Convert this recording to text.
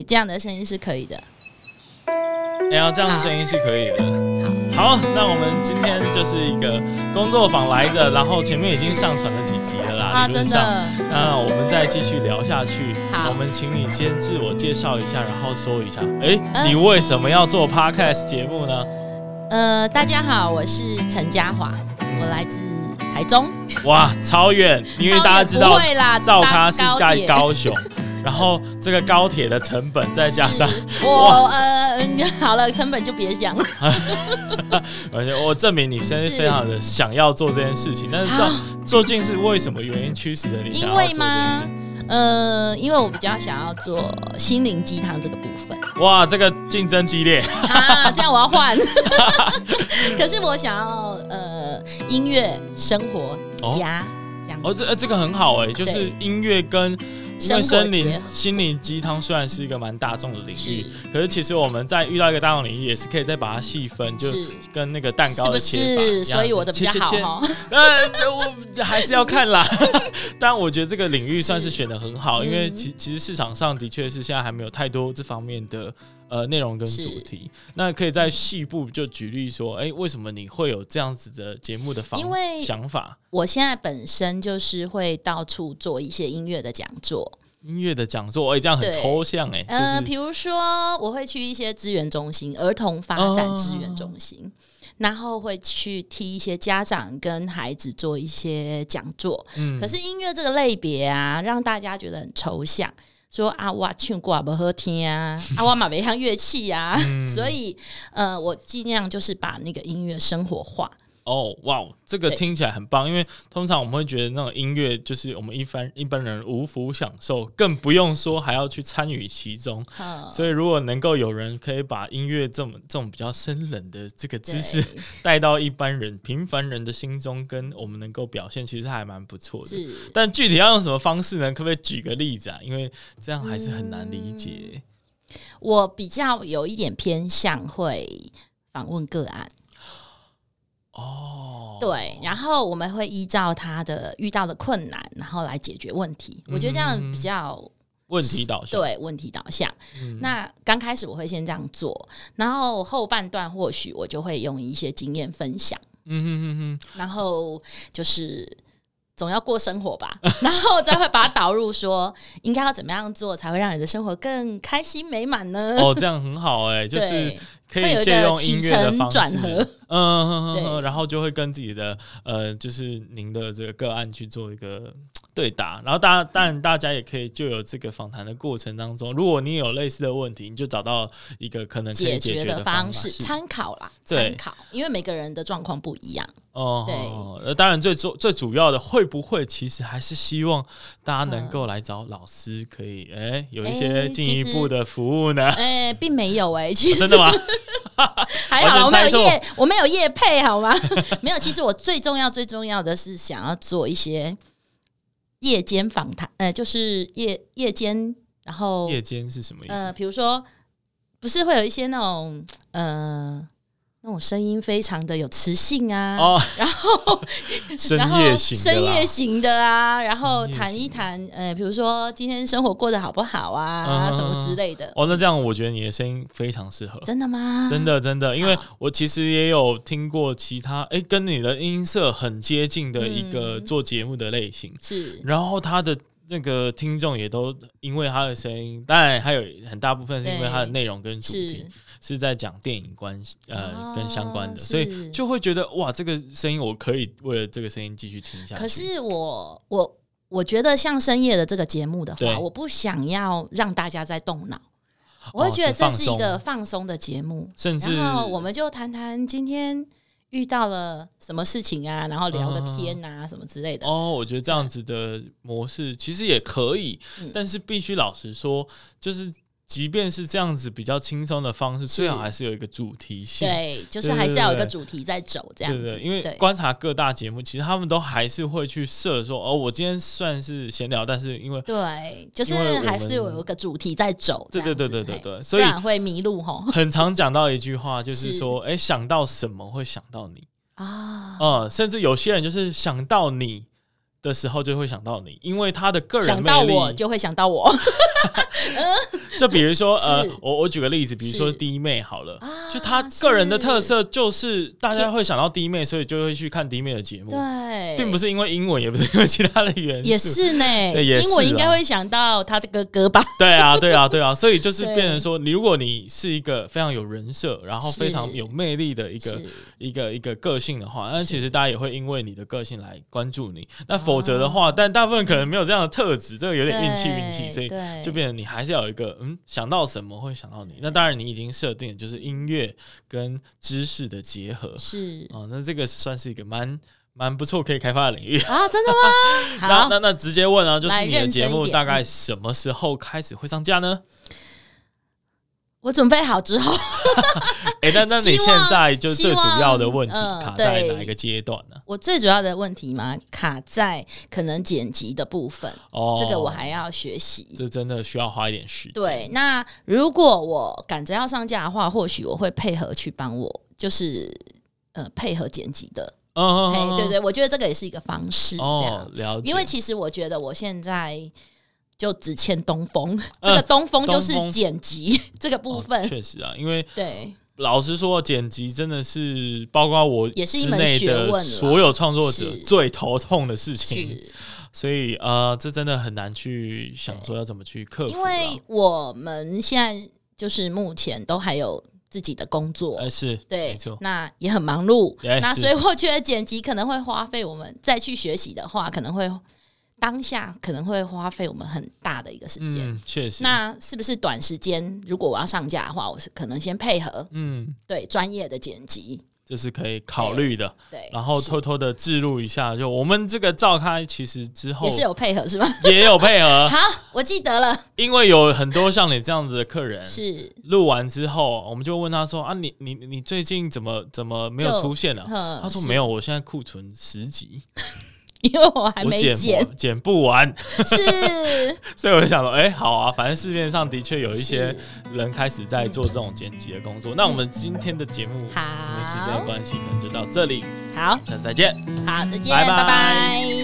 这样的声音是可以的。 这样的声音是可以的。好，那我们今天就是一个工作坊来着，然后前面已经上传了几集了啦，理论上。那我们再继续聊下去。我们请你先自我介绍一下，然后说一下，你为什么要做 podcast 节目呢？ 大家好，我是陈嘉华，我来自台中。 哇，超远，因为大家知道造咖是在高雄。然后这个高铁的成本再加上好了，成本就别讲了。 我证明你现在非常的想要做这件事情，但是究竟是为什么原因驱使着你想要做这件事？ 因为我比较想要做心灵鸡汤这个部分。 哇，这个竞争激烈啊！这样我要换。可是我想要音乐生活家这样。 这个很好就是音乐跟。因为心灵鸡汤虽然是一个蛮大众的领域，可是其实我们在遇到一个大众领域，也是可以再把它细分，就跟那个蛋糕的切法一样， 所以我的比较好。 我还是要看啦。但我觉得这个领域算是选得很好，因为其实市场上的确是现在还没有太多这方面的内容跟主题。那可以在细部就举例说，为什么你会有这样子的节目的想法？ 我现在本身就是会到处做一些音乐的讲座。 音乐的讲座，这样很抽象比如说我会去一些资源中心，儿童发展资源中心，然后会去替一些家长跟孩子做一些讲座。可是音乐这个类别啊，让大家觉得很抽象。说啊，我唱歌不好听啊，我嘛没像乐器啊，所以我尽量就是把那个音乐生活化。 哇，这个听起来很棒，因为通常我们会觉得那种音乐就是我们一般人无福享受，更不用说还要去参与其中。所以如果能够有人可以把音乐这种比较深冷的这个知识带到一般人平凡人的心中，跟我们能够表现，其实还蛮不错的。但具体要用什么方式呢？可不可以举个例子啊？因为这样还是很难理解。 我比较有一点偏向会访问个案。对，然后我们会依照他的遇到的困难，然后来解决问题。我觉得这样比较问题导向。 对，问题导向。那刚开始我会先这样做，然后后半段或许我就会用一些经验分享。然后就是总要过生活吧，然后再会把它导入说应该要怎么样做才会让你的生活更开心美满呢？ 这样很好就是可以借用音乐的方式转合， 然后就会跟自己的就是您的这个个案去做一个对答，然后当然大家也可以就有这个访谈的过程当中，如果你有类似的问题，你就找到一个可能可以解决的方式， 参考啦，参考，因为每个人的状况不一样。 对，当然最主要的会不会其实还是希望大家能够来找老师，可以有一些进一步的服务呢？ 并没有其实真的吗？ 还好我没有业配好吗？没有，其实我最重要的是想要做一些夜间访谈，就是夜间，然后夜间是什么意思？ 比如说不是会有一些那种那种声音非常的有磁性啊，然后深夜型的啊，然后谈一谈比如说今天生活过得好不好啊，什么之类的。 那这样我觉得你的声音非常适合。 真的吗？ 真的，因为我其实也有听过其他跟你的音色很接近的一个做节目的类型， 是， 然后他的那个听众也都因为他的声音，当然还有很大部分是因为他的内容跟主题是在讲电影关系跟相关的，所以就会觉得哇，这个声音我可以为了这个声音继续听下去。 可是我觉得像深夜的这个节目的话，我不想要让大家在动脑，我会觉得这是一个放松的节目， 甚至然后我们就谈谈今天遇到了什么事情啊，然后聊个天啊，什么之类的。 我觉得这样子的模式其实也可以，但是必须老实说，就是即便是这样子比较轻松的方式，最好还是有一个主题性。 对，就是还是要有一个主题在走这样子。 对，因为观察各大节目，其实他们都还是会去设说，我今天算是闲聊，但是因为对，就是还是有一个主题在走。 对，所以不然会迷路吼。 很常讲到一句话，就是说，想到什么会想到你啊？甚至有些人就是想到你的时候就会想到你，因为他的个人魅力， 想到我就会想到我。 就比如说我举个例子，比如说弟妹好了，就他个人的特色就是大家会想到弟妹，所以就会去看弟妹的节目。 对， 并不是因为英文，也不是因为其他的元素， 也是呢。 也是英文应该会想到他的哥哥吧？ 对啊，所以就是变成说，如果你是一个非常有人设，然后非常有魅力的一个个性的话，那其实大家也会因为你的个性来关注你。那否则的话，但大部分可能没有这样的特质，这个有点运气，所以就变成你还是要有一个想到什么会想到你。那当然你已经设定就是音乐跟知识的结合， 是那这个算是一个蛮不错可以开发的领域啊。真的吗？好， 那直接问啊，就是你的节目大概什么时候开始会上架呢？ 我准备好之后那你现在就最主要的问题卡在哪一个阶段呢？ 我最主要的问题嘛，卡在可能剪辑的部分，这个我还要学习， 这真的需要花一点时间。 对，那如果我赶着要上架的话，或许我会配合去帮我，就是配合剪辑的。对，我觉得这个也是一个方式，这样了解。 因为其实我觉得我现在就只欠东风，这个东风就是剪辑这个部分。 确实啊，因为对， 老实说，剪辑真的是包括我也是一门学问， 所有创作者最头痛的事情。所以这真的很难去想说要怎么去克服。 因为我们现在就是目前都还有自己的工作， 是对， 没错， 那也很忙碌，那所以我觉得剪辑可能会花费我们再去学习的话，可能会当下可能会花费我们很大的一个时间， 确实。 那是不是短时间如果我要上架的话，我是可能先配合对专业的剪辑， 这是可以考虑的。 对， 然后偷偷的置入一下，就我们这个召开其实之后也是有配合是吗？ 也有配合。 好，我记得了。 因为有很多像你这样子的客人， 是录完之后，我们就问他说啊，你最近怎么没有出现啊？他说没有，我现在库存10集。 因为我还没剪不完， 是， 所以我就想说，好啊，反正市面上的确有一些人开始在做这种剪辑的工作。那我们今天的节目，因为时间的关系，可能就到这里。 好， 下次再见。 好，再见， 拜拜拜。